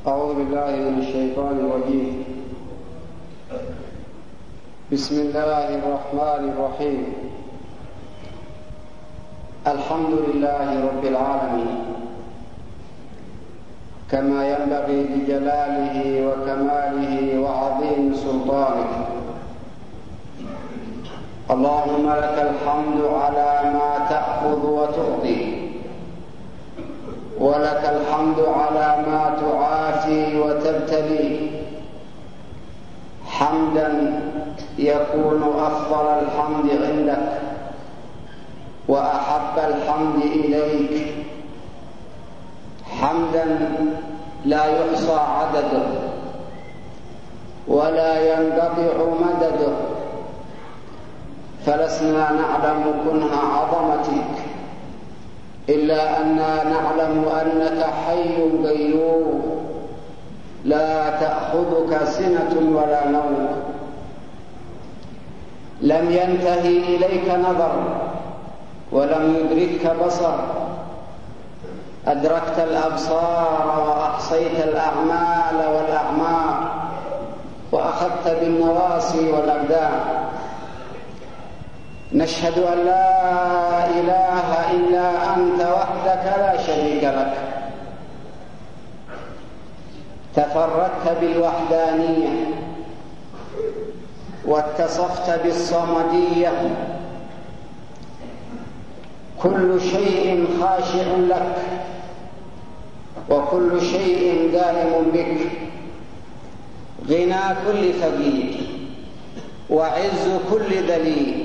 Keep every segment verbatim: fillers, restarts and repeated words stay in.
أعوذ بالله من الشيطان الرجيم. بسم الله الرحمن الرحيم. الحمد لله رب العالمين كما ينبغي لجلاله وكماله وعظيم سلطانه. اللهم لك الحمد على ما تأخذ وتعطي، ولك الحمد على ما تعافي وتبتلي، حمدا يكون أفضل الحمد عندك وأحب الحمد إليك، حمدا لا يحصى عدده ولا ينقطع مدده، فلسنا نعلم كنه عظمتك إلا أننا نعلم أنك حي قيوم لا تأخذك سنة ولا نوم، لم ينتهي إليك نظر ولم يدركك بصر، أدركت الأبصار وأحصيت الأعمال والأعمار وأخذت بالنواصي والأبدان. نشهد أن لا إله إلا أنت وحدك لا شريك لك، تفردت بالوحدانية واتصفت بالصمدية، كل شيء خاشع لك وكل شيء دائم بك، غنى كل فقير وعز كل ذليل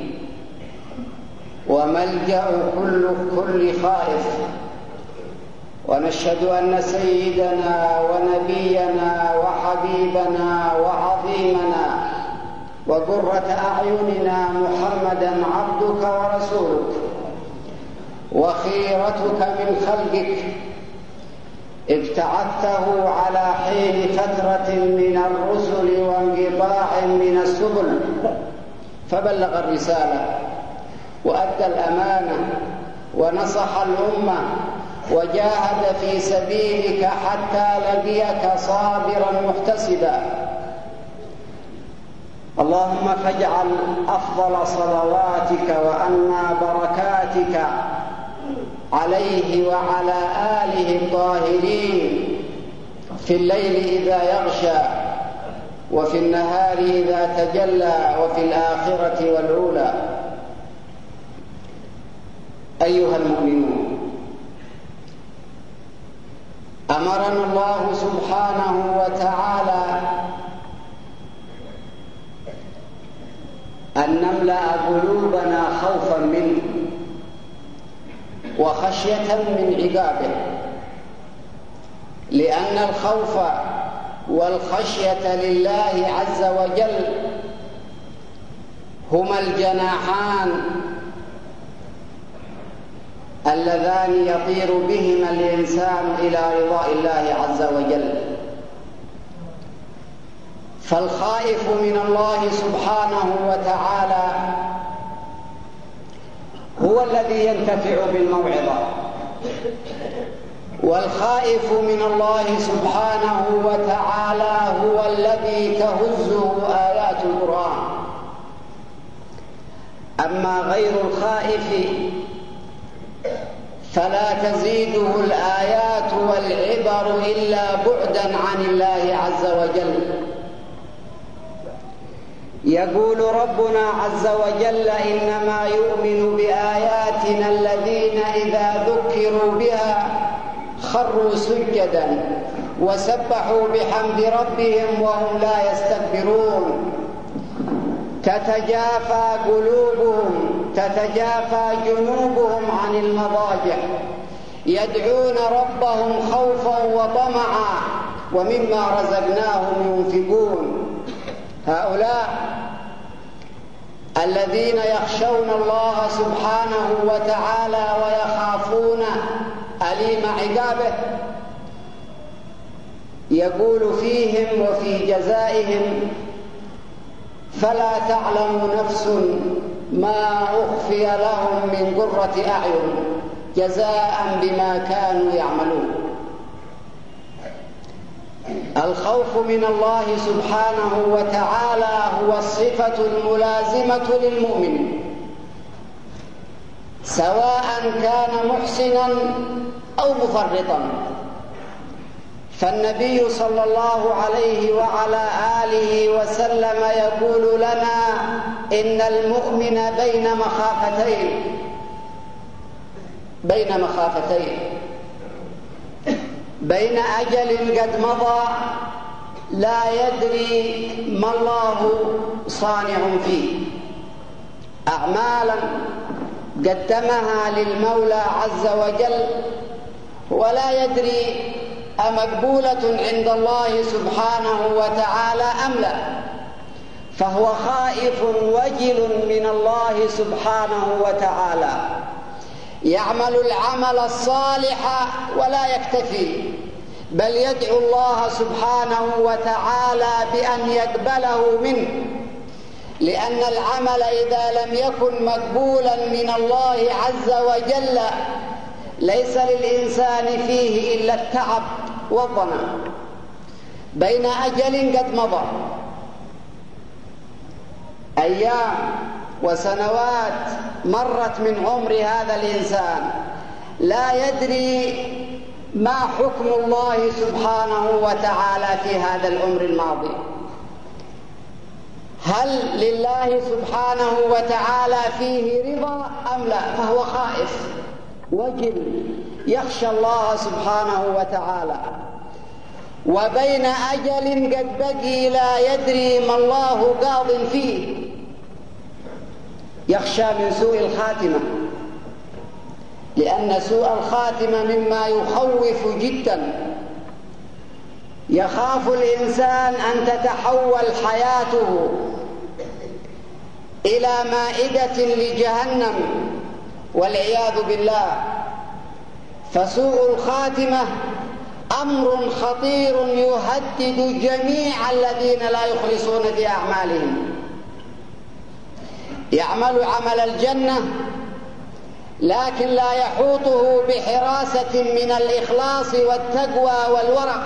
وملجأ كل كل خائف. ونشهد أن سيدنا ونبينا وحبيبنا وعظيمنا وقرة أعيننا محمدا عبدك ورسولك وخيرتك من خلقك، ابتعثته على حين فترة من الرسل وانقطاع من السبل، فبلغ الرسالة وأدى الأمانة ونصح الأمة وجاهد في سبيلك حتى لقيك صابرا محتسبا. اللهم فاجعل أفضل صلواتك وأنى بركاتك عليه وعلى آله الطاهرين في الليل إذا يغشى وفي النهار إذا تجلى وفي الآخرة والأولى. أيها المؤمنون، أمرنا الله سبحانه وتعالى أن نملأ قلوبنا خوفا منه وخشية من عقابه، لأن الخوف والخشية لله عز وجل هما الجناحان اللذان يطير بهما الإنسان إلى رضاء الله عز وجل. فالخائف من الله سبحانه وتعالى هو الذي ينتفع بالموعظة، والخائف من الله سبحانه وتعالى هو الذي تهزه آيات القرآن. أما غير الخائف فلا تزيده الآيات والعبر إلا بعدا عن الله عز وجل. يقول ربنا عز وجل: إنما يؤمن بآياتنا الذين إذا ذكروا بها خروا سجدا وسبحوا بحمد ربهم وهم لا يستكبرون. تتجافى قلوبهم تتجافى جنوبهم عن المضاجع يدعون ربهم خوفا وطمعا ومما رزقناهم ينفقون. هؤلاء الذين يخشون الله سبحانه وتعالى ويخافون أليم عقابه، يقول فيهم وفي جزائهم: فلا تعلم نفس ما أخفي لهم من قرة أعين جزاء بما كانوا يعملون. الخوف من الله سبحانه وتعالى هو الصفة الملازمة للمؤمن، سواء كان محسنا أو مفرطا. فالنبي صلى الله عليه وعلى آله وسلم يقول لنا إن المؤمن بين مخافتين بين مخافتين بين أجل قد مضى لا يدري ما الله صانع فيه، أعمالا قدمها للمولى عز وجل ولا يدري أمقبولة عند الله سبحانه وتعالى أم لا، فهو خائف وجل من الله سبحانه وتعالى، يعمل العمل الصالح ولا يكتفي، بل يدعو الله سبحانه وتعالى بأن يقبله منه، لأن العمل إذا لم يكن مقبولا من الله عز وجل ليس للإنسان فيه إلا التعب والظمأ. بين أجل قد مضى، أيام وسنوات مرت من عمر هذا الإنسان، لا يدري ما حكم الله سبحانه وتعالى في هذا العمر الماضي، هل لله سبحانه وتعالى فيه رضا أم لا، فهو خائف وجل يخشى الله سبحانه وتعالى. وبين أجل قد بقي لا يدري ما الله قاض فيه، يخشى من سوء الخاتمة، لأن سوء الخاتمة مما يخوف جدا. يخاف الإنسان أن تتحول حياته إلى مائدة لجهنم والعياذ بالله، فسوء الخاتمة أمر خطير يهدد جميع الذين لا يخلصون في أعمالهم. يعمل عمل الجنة لكن لا يحوطه بحراسة من الإخلاص والتقوى والورع،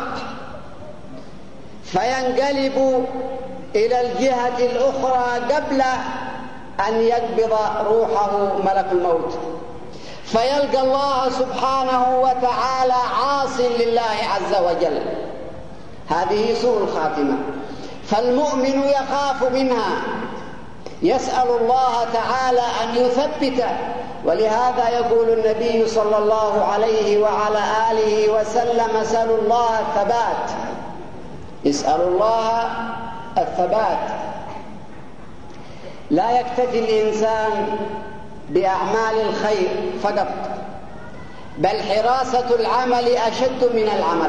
فينقلب إلى الجهة الأخرى قبل أن يقبض روحه ملك الموت، فيلقى الله سبحانه وتعالى عاص لله عز وجل. هذه سوء الخاتمة، فالمؤمن يخاف منها، يسأل الله تعالى أن يثبته. ولهذا يقول النبي صلى الله عليه وعلى آله وسلم اسألوا الله الثبات، اسألوا الله الثبات. لا يكتفي الإنسان بأعمال الخير فقط، بل حراسة العمل أشد من العمل.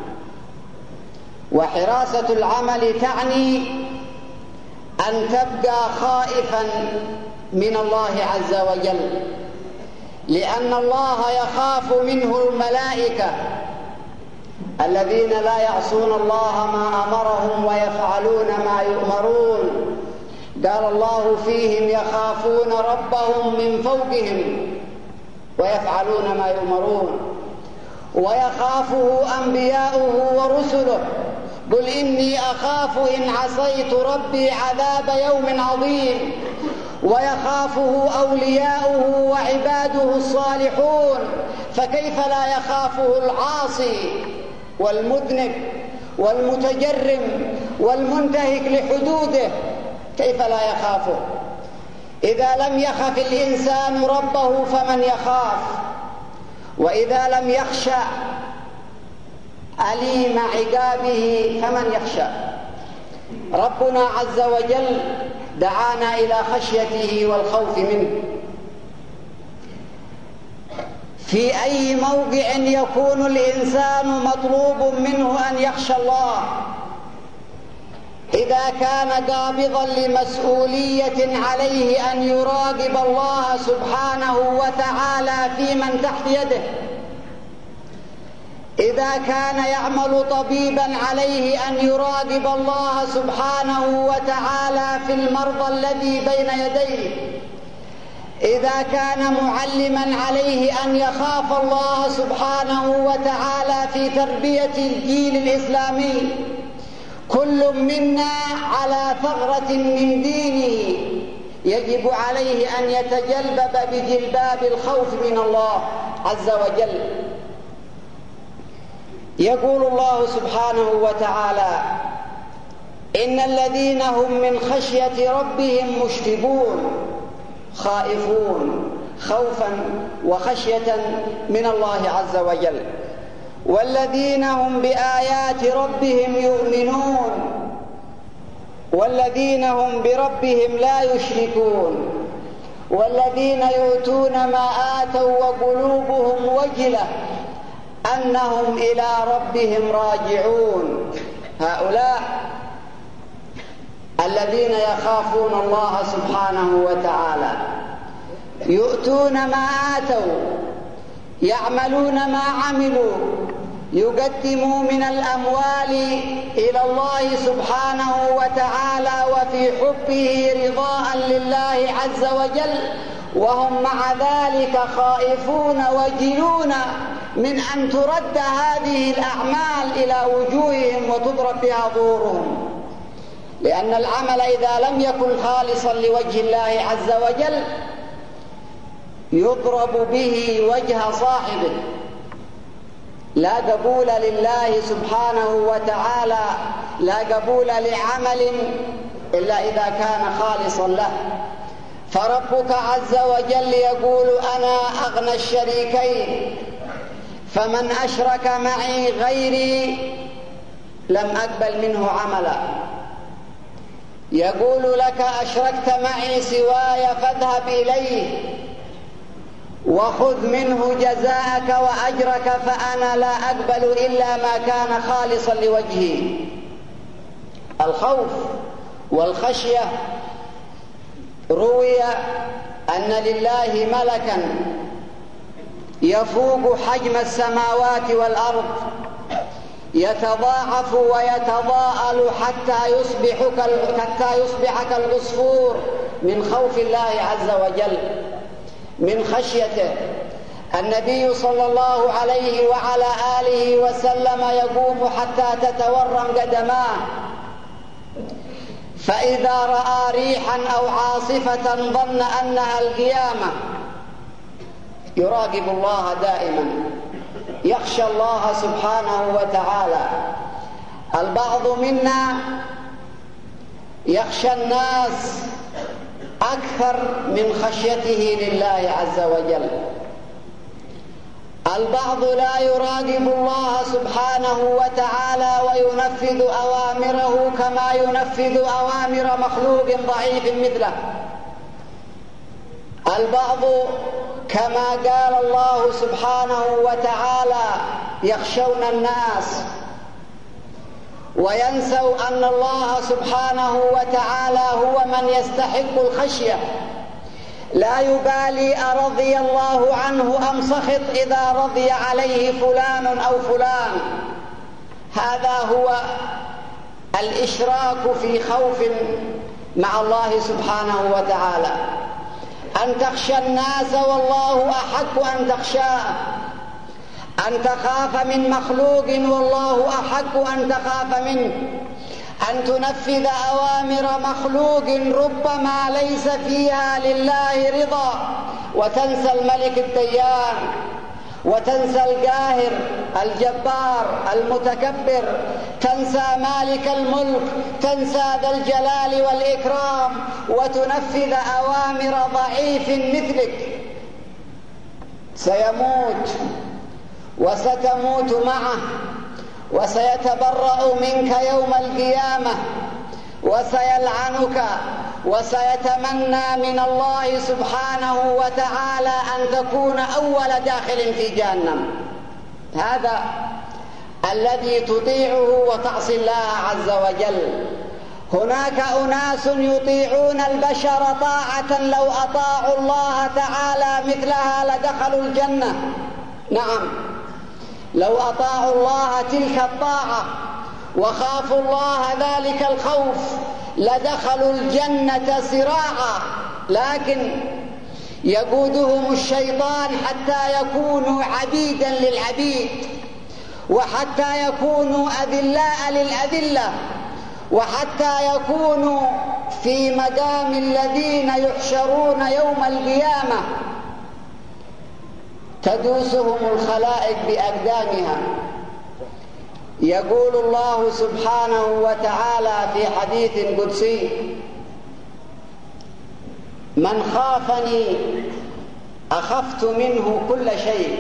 وحراسة العمل تعني أن تبقى خائفا من الله عز وجل، لأن الله يخاف منه الملائكة الذين لا يعصون الله ما أمرهم ويفعلون ما يؤمرون. قال الله فيهم يخافون ربهم من فوقهم ويفعلون ما يؤمرون. ويخافه أنبياؤه ورسله، قل إني أخاف إن عصيت ربي عذاب يوم عظيم. ويخافه أولياؤه وعباده الصالحون، فكيف لا يخافه العاصي والمذنب والمتجرم والمنتهك لحدوده؟ كيف لا يخافه؟ إذا لم يخف الإنسان ربه فمن يخاف؟ وإذا لم يخشى أليم عقابه فمن يخشى؟ ربنا عز وجل دعانا إلى خشيته والخوف منه. في أي موضع يكون الإنسان مطلوب منه أن يخشى الله؟ إذا كان قابضا لمسؤولية عليه أن يراقب الله سبحانه وتعالى في من تحت يده، إذا كان يعمل طبيبا عليه أن يراقب الله سبحانه وتعالى في المرضى الذي بين يديه، إذا كان معلما عليه أن يخاف الله سبحانه وتعالى في تربية الجيل الإسلامي. كل منا على ثغرة من دينه يجب عليه أن يتجلبب بجلباب الخوف من الله عز وجل. يقول الله سبحانه وتعالى: إن الذين هم من خشية ربهم مشفقون، خائفون خوفا وخشية من الله عز وجل. والذين هم بآيات ربهم يؤمنون، والذين هم بربهم لا يشركون، والذين يؤتون ما آتوا وقلوبهم وجلة أنهم إلى ربهم راجعون. هؤلاء الذين يخافون الله سبحانه وتعالى يؤتون ما آتوا، يعملون ما عملوا، يقدموا من الأموال إلى الله سبحانه وتعالى وفي حبه رضاء لله عز وجل، وهم مع ذلك خائفون وجلون من أن ترد هذه الأعمال إلى وجوههم وتضرب بها ظهورهم، لأن العمل إذا لم يكن خالصا لوجه الله عز وجل يضرب به وجه صاحبه، لا قبول لله سبحانه وتعالى، لا قبول لعمل إلا إذا كان خالصا له. فربك عز وجل يقول: أنا أغنى الشريكين، فمن أشرك معي غيري لم أقبل منه عملا. يقول لك: أشركت معي سواي فاذهب إليه وخذ منه جزاءك وأجرك، فأنا لا أقبل إلا ما كان خالصا لوجهي. الخوف والخشية روي أن لله ملكا يفوق حجم السماوات والأرض يتضاعف ويتضاءل حتى يصبح حتى يصبح كالعصفور من خوف الله عز وجل، من خشيته. النبي صلى الله عليه وعلى آله وسلم يقوم حتى تتورم قدماه، فإذا رأى ريحا أو عاصفة ظن أنها القيامة. يراقب الله دائما، يخشى الله سبحانه وتعالى. البعض منا يخشى الناس أكثر من خشيته لله عز وجل. البعض لا يراقب الله سبحانه وتعالى وينفذ أوامره كما ينفذ أوامر مخلوق ضعيف مثله. البعض كما قال الله سبحانه وتعالى: يخشون الناس وينسوا أن الله سبحانه وتعالى هو من يستحق الخشية. لا يبالي أرضي الله عنه أم سخط إذا رضي عليه فلان أو فلان. هذا هو الإشراك في خوف مع الله سبحانه وتعالى، أن تخشى الناس والله أحق أن تخشاه، أن تخاف من مخلوق والله أحق أن تخاف منه، أن تنفذ أوامر مخلوق ربما ليس فيها لله رضا وتنسى الملك الديان، وتنسى القاهر الجبار المتكبر، تنسى مالك الملك، تنسى ذا الجلال والإكرام، وتنفذ أوامر ضعيف مثلك. سيموت وستموت معه، وسيتبرأ منك يوم القيامة، وسيلعنك، وسيتمنى من الله سبحانه وتعالى أن تكون أول داخل في جهنم. هذا الذي تطيعه وتعصي الله عز وجل. هناك أناس يطيعون البشر طاعة لو أطاعوا الله تعالى مثلها لدخلوا الجنة. نعم، لو أطاعوا الله تلك الطاعة وخافوا الله ذلك الخوف لدخلوا الجنة سراعا، لكن يقودهم الشيطان حتى يكونوا عبيدا للعبيد، وحتى يكونوا أذلاء للأذلة، وحتى يكونوا في مدام الذين يحشرون يوم القيامة تدوسهم الخلائق بأقدامها. يقول الله سبحانه وتعالى في حديث قدسي: من خافني أخفت منه كل شيء،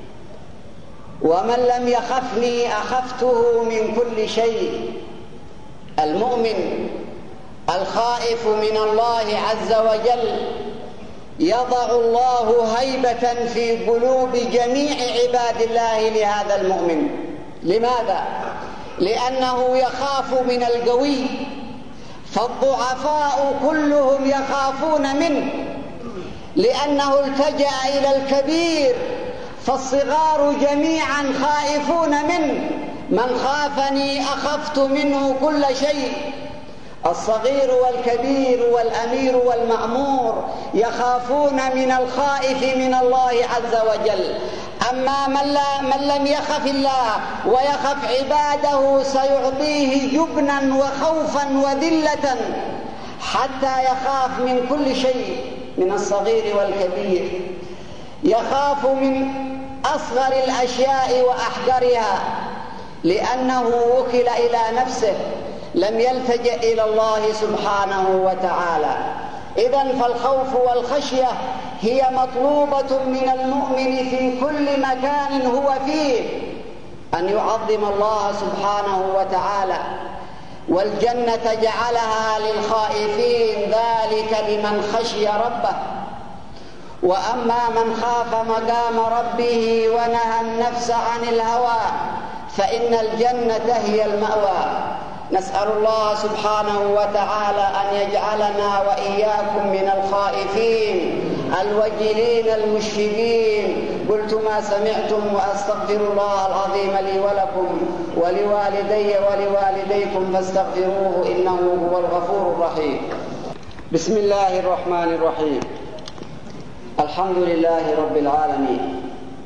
ومن لم يخفني أخفته من كل شيء. المؤمن الخائف من الله عز وجل يضع الله هيبة في قلوب جميع عباد الله لهذا المؤمن. لماذا؟ لأنه يخاف من القوي، فالضعفاء كلهم يخافون منه لأنه التجأ إلى الكبير، فالصغار جميعا خائفون منه. من خافني أخفت منه كل شيء. الصغير والكبير والأمير والمأمور يخافون من الخائف من الله عز وجل. أما من, لا من لم يخف الله ويخف عباده سيعطيه جبنا وخوفا وذلة حتى يخاف من كل شيء، من الصغير والكبير. يخاف من أصغر الأشياء وأحقرها لأنه وكل إلى نفسه، لم يلتجئ إلى الله سبحانه وتعالى. إذن فالخوف والخشية هي مطلوبة من المؤمن في كل مكان هو فيه، أن يعظم الله سبحانه وتعالى. والجنة جعلها للخائفين، ذلك لمن خشي ربه. وأما من خاف مقام ربه ونهى النفس عن الهوى فإن الجنة هي المأوى. نسأل الله سبحانه وتعالى أن يجعلنا وإياكم من الخائفين الوجلين المشفقين. قلت ما سمعتم وأستغفر الله العظيم لي ولكم ولوالدي ولوالديكم فاستغفروه إنه هو الغفور الرحيم. بسم الله الرحمن الرحيم. الحمد لله رب العالمين،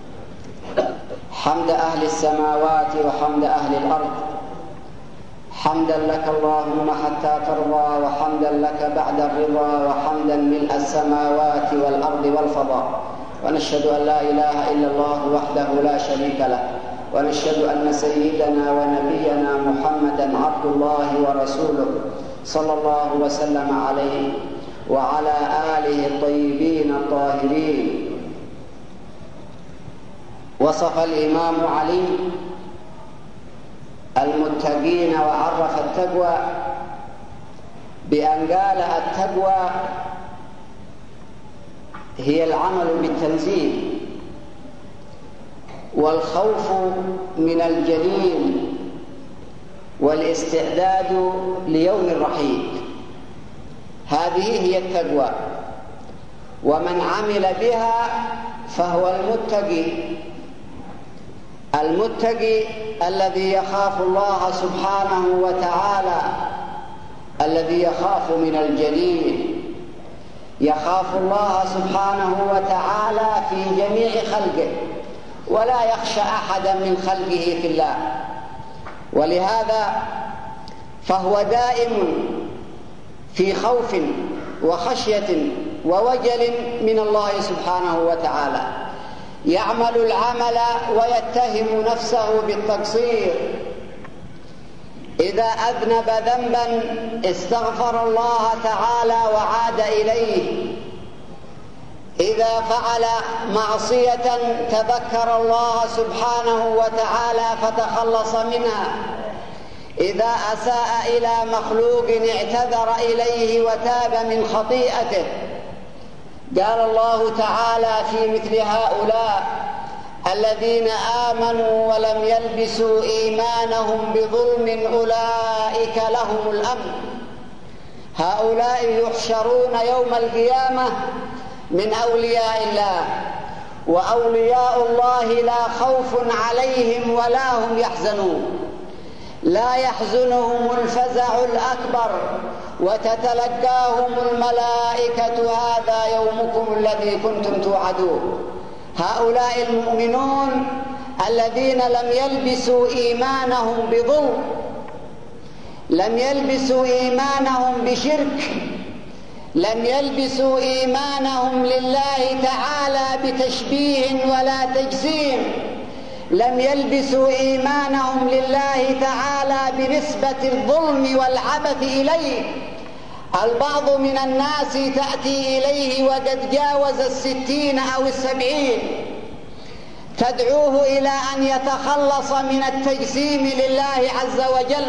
حمد أهل السماوات وحمد أهل الأرض، حمدا لك اللهم حتى ترضى، وحمدا لك بعد الرضا، وحمدا ملء السماوات والأرض والفضاء. ونشهد أن لا إله إلا الله وحده لا شريك له، ونشهد أن سيدنا ونبينا محمدا عبد الله ورسوله صلى الله وسلم عليه وعلى آله الطيبين الطاهرين. وصف الإمام علي المتقين وعرف التقوى بأن قال: التقوى هي العمل بالتنزيل، والخوف من الجليل، والاستعداد ليوم الرحيل. هذه هي التقوى، ومن عمل بها فهو المتقي. المتقي الذي يخاف الله سبحانه وتعالى، الذي يخاف من الجليل، يخاف الله سبحانه وتعالى في جميع خلقه، ولا يخشى أحدا من خلقه في الله. ولهذا فهو دائم في خوف وخشية ووجل من الله سبحانه وتعالى، يعمل العمل ويتهم نفسه بالتقصير. إذا أذنب ذنبا استغفر الله تعالى وعاد إليه، إذا فعل معصية تذكر الله سبحانه وتعالى فتخلص منها، إذا أساء إلى مخلوق اعتذر إليه وتاب من خطيئته. قال الله تعالى في مثل هؤلاء: الذين آمنوا ولم يلبسوا إيمانهم بظلم أولئك لهم الأمن. هؤلاء يحشرون يوم القيامة من أولياء الله، وأولياء الله لا خوف عليهم ولا هم يحزنون. لا يحزنهم الفزع الأكبر وتتلقاهم الملائكة هذا يومكم الذي كنتم توعدون. هؤلاء المؤمنون الذين لم يلبسوا إيمانهم بظلم، لم يلبسوا إيمانهم بشرك، لم يلبسوا إيمانهم لله تعالى بتشبيه ولا تجسيم، لم يلبسوا إيمانهم لله تعالى بنسبة الظلم والعبث إليه. البعض من الناس تأتي إليه وقد جاوز الستين أو السبعين، تدعوه إلى أن يتخلص من التجسيم لله عز وجل،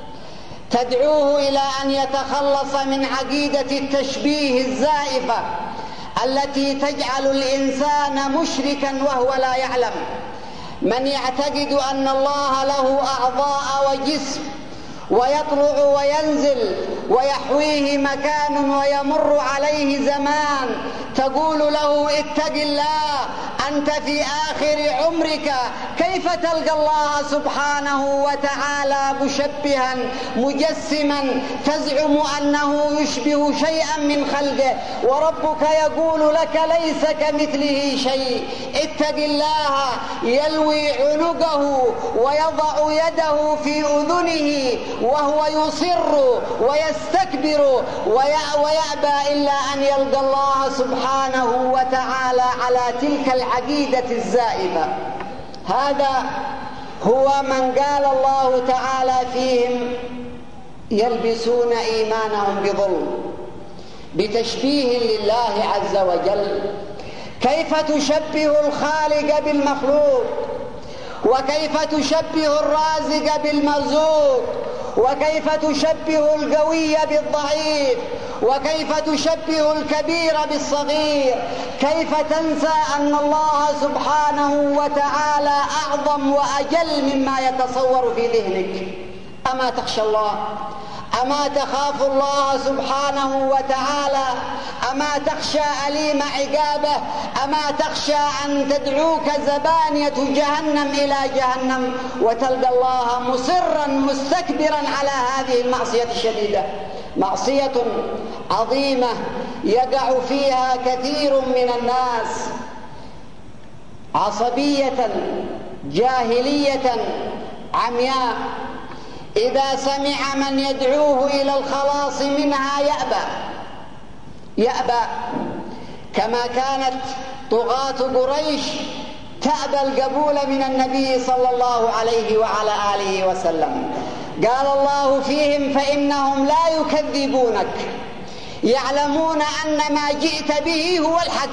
تدعوه إلى أن يتخلص من عقيدة التشبيه الزائفة التي تجعل الإنسان مشركا وهو لا يعلم. من يعتقد أن الله له أعضاء وجسم ويطلع وينزل ويحويه مكان ويمر عليه زمان، تقول له اتق الله أنت في آخر عمرك، كيف تلقى الله سبحانه وتعالى مشبها مجسما تزعم أنه يشبه شيئا من خلقه وربك يقول لك ليس كمثله شيء. اتق الله. يلوي عنقه ويضع يده في أذنه وهو يصر ويستكبر ويأبى إلا أن يلقى الله سبحانه وتعالى على تلك العقيدة الزائفة. هذا هو من قال الله تعالى فيهم يلبسون إيمانهم بظلم بتشبيه لله عز وجل. كيف تشبه الخالق بالمخلوق؟ وكيف تشبه الرازق بالمرزوق؟ وكيف تشبه القوي بالضعيف؟ وكيف تشبه الكبير بالصغير؟ كيف تنسى أن الله سبحانه وتعالى أعظم وأجل مما يتصور في ذهنك؟ أما تخشى الله؟ أما تخاف الله سبحانه وتعالى؟ أما تخشى أليم عقابه؟ أما تخشى أن تدعوك زبانية جهنم إلى جهنم وتلقى الله مصرا مستكبرا على هذه المعصية الشديدة؟ معصية عظيمة يقع فيها كثير من الناس، عصبية جاهلية عمياء، إذا سمع من يدعوه إلى الخلاص منها يأبى يأبى كما كانت طغاة قريش تأبى القبول من النبي صلى الله عليه وعلى آله وسلم. قال الله فيهم فإنهم لا يكذبونك، يعلمون أن ما جئت به هو الحق،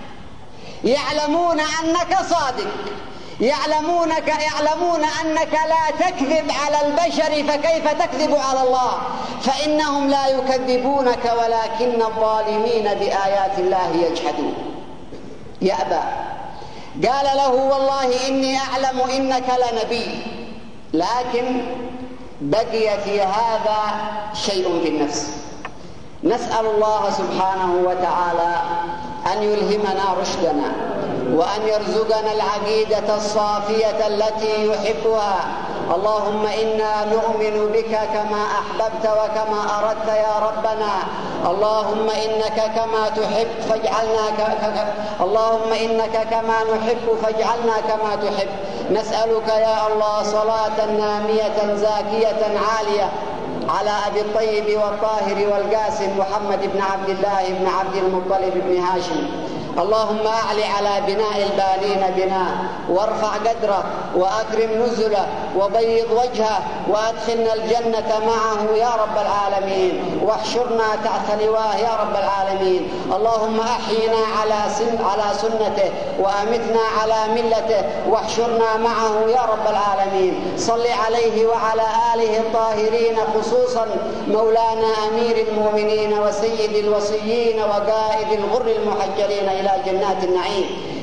يعلمون أنك صادق، يعلمونك يعلمون أنك لا تكذب على البشر، فكيف تكذب على الله؟ فإنهم لا يكذبونك ولكن الظالمين بآيات الله يجحدون. يأبى. قال له والله إني أعلم إنك لنبي، لكن بقي في هذا شيء في النفس. نسأل الله سبحانه وتعالى أن يلهمنا رشدنا وأن يرزقنا العقيدة الصافية التي يحبها. اللهم إنا نؤمن بك كما أحببت وكما أردت يا ربنا. اللهم إنك كما تحب فاجعلنا ك... اللهم إنك كما نحب فاجعلنا كما تحب. نسألك يا الله صلاة نامية زاكية عالية على أبي الطيب والطاهر والقاسم محمد بن عبد الله بن عبد المطلب بن هاشم. اللهم أعلي على بناء البانين بناء، وارفع قدره وأكرم نزله وبيض وجهه وأدخلنا الجنة معه يا رب العالمين، واحشرنا تحت لواه يا رب العالمين. اللهم أحينا على سن على سنته وأمتنا على ملته واحشرنا معه يا رب العالمين. صل عليه وعلى آله الطاهرين، خصوصا مولانا أمير المؤمنين وسيد الوصيين وقائد الغر المحجلين إلى جنات النعيم.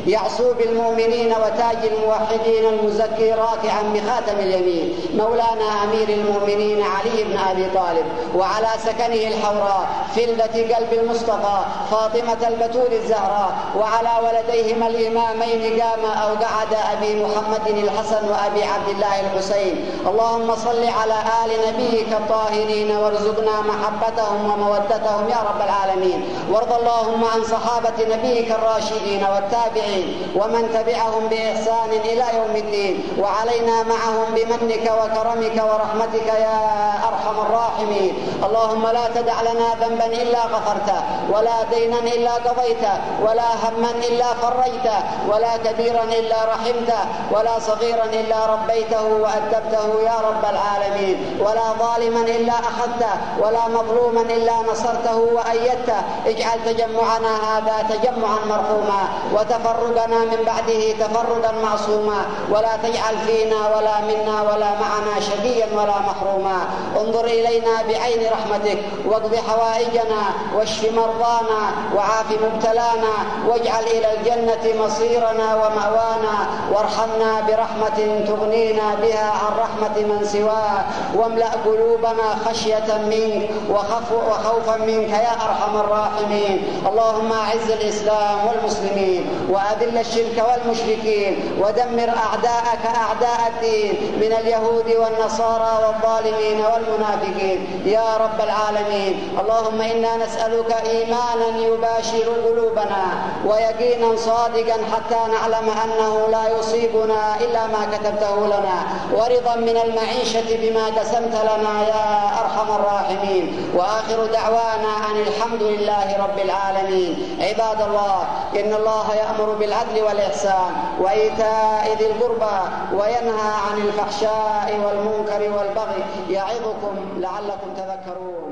يعصو بالمؤمنين وتاج الموحدين المزكي راكعا بخاتم اليمين مولانا أمير المؤمنين علي بن أبي طالب، وعلى سكنه الحوراء فلذة قلب المصطفى فاطمة البتول الزهراء، وعلى ولديهما الإمامين قام أو قعد أبي محمد الحسن وأبي عبد الله الحسين. اللهم صل على آل نبيك الطاهرين وارزقنا محبتهم ومودتهم يا رب العالمين. وارض اللهم عن صحابة نبيك الراشدين والتابعين ومن تبعهم بإحسان إلى يوم الدين، وعلينا معهم بمنك وكرمك ورحمتك يا أرحم الراحمين. اللهم لا تدع لنا ذنبا إلا غفرته، ولا دينا إلا قضيته، ولا هما إلا فرجته، ولا كبيرا إلا رحمته، ولا صغيرا إلا ربيته وأدبته يا رب العالمين، ولا ظالما إلا أخذته، ولا مظلوما إلا نصرته وأيدته. اجعل تجمعنا هذا تجمعا مرحوما، وتفرقنا من بعده تفرقا معصوما، ولا تجعل فينا ولا منا ولا معنا شقيا ولا محروما. انظر إلينا بعين رحمتك واقض حوائجنا واشف مرضانا وعاف مبتلانا، واجعل إلى الجنة مصيرنا ومأوانا، وارحمنا برحمة تغنينا بها عن رحمة من سواه، واملأ قلوبنا خشية منك وخوفا منك يا أرحم الراحمين. اللهم أعز الإسلام والمسلمين وأذل الشرك والمشركين، ودمر أعداءك أعداء الدين من اليهود والنصارى والظالمين والمنافقين يا رب العالمين. اللهم إنا نسألك إيمانا يباشر قلوبنا ويقينا صادقا حتى نعلم أنه لا يصيبنا إلا ما كتبته لنا، ورضا من المعيشة بما قسمت لنا يا أرحم الراحمين. وآخر دعوانا أن الحمد لله رب العالمين. عباد الله، إن الله يأمر بالعدل والإحسان وإيتاء ذي القربى وينهى عن الفحشاء والمنكر والبغي يعظكم لعلكم تذكرون.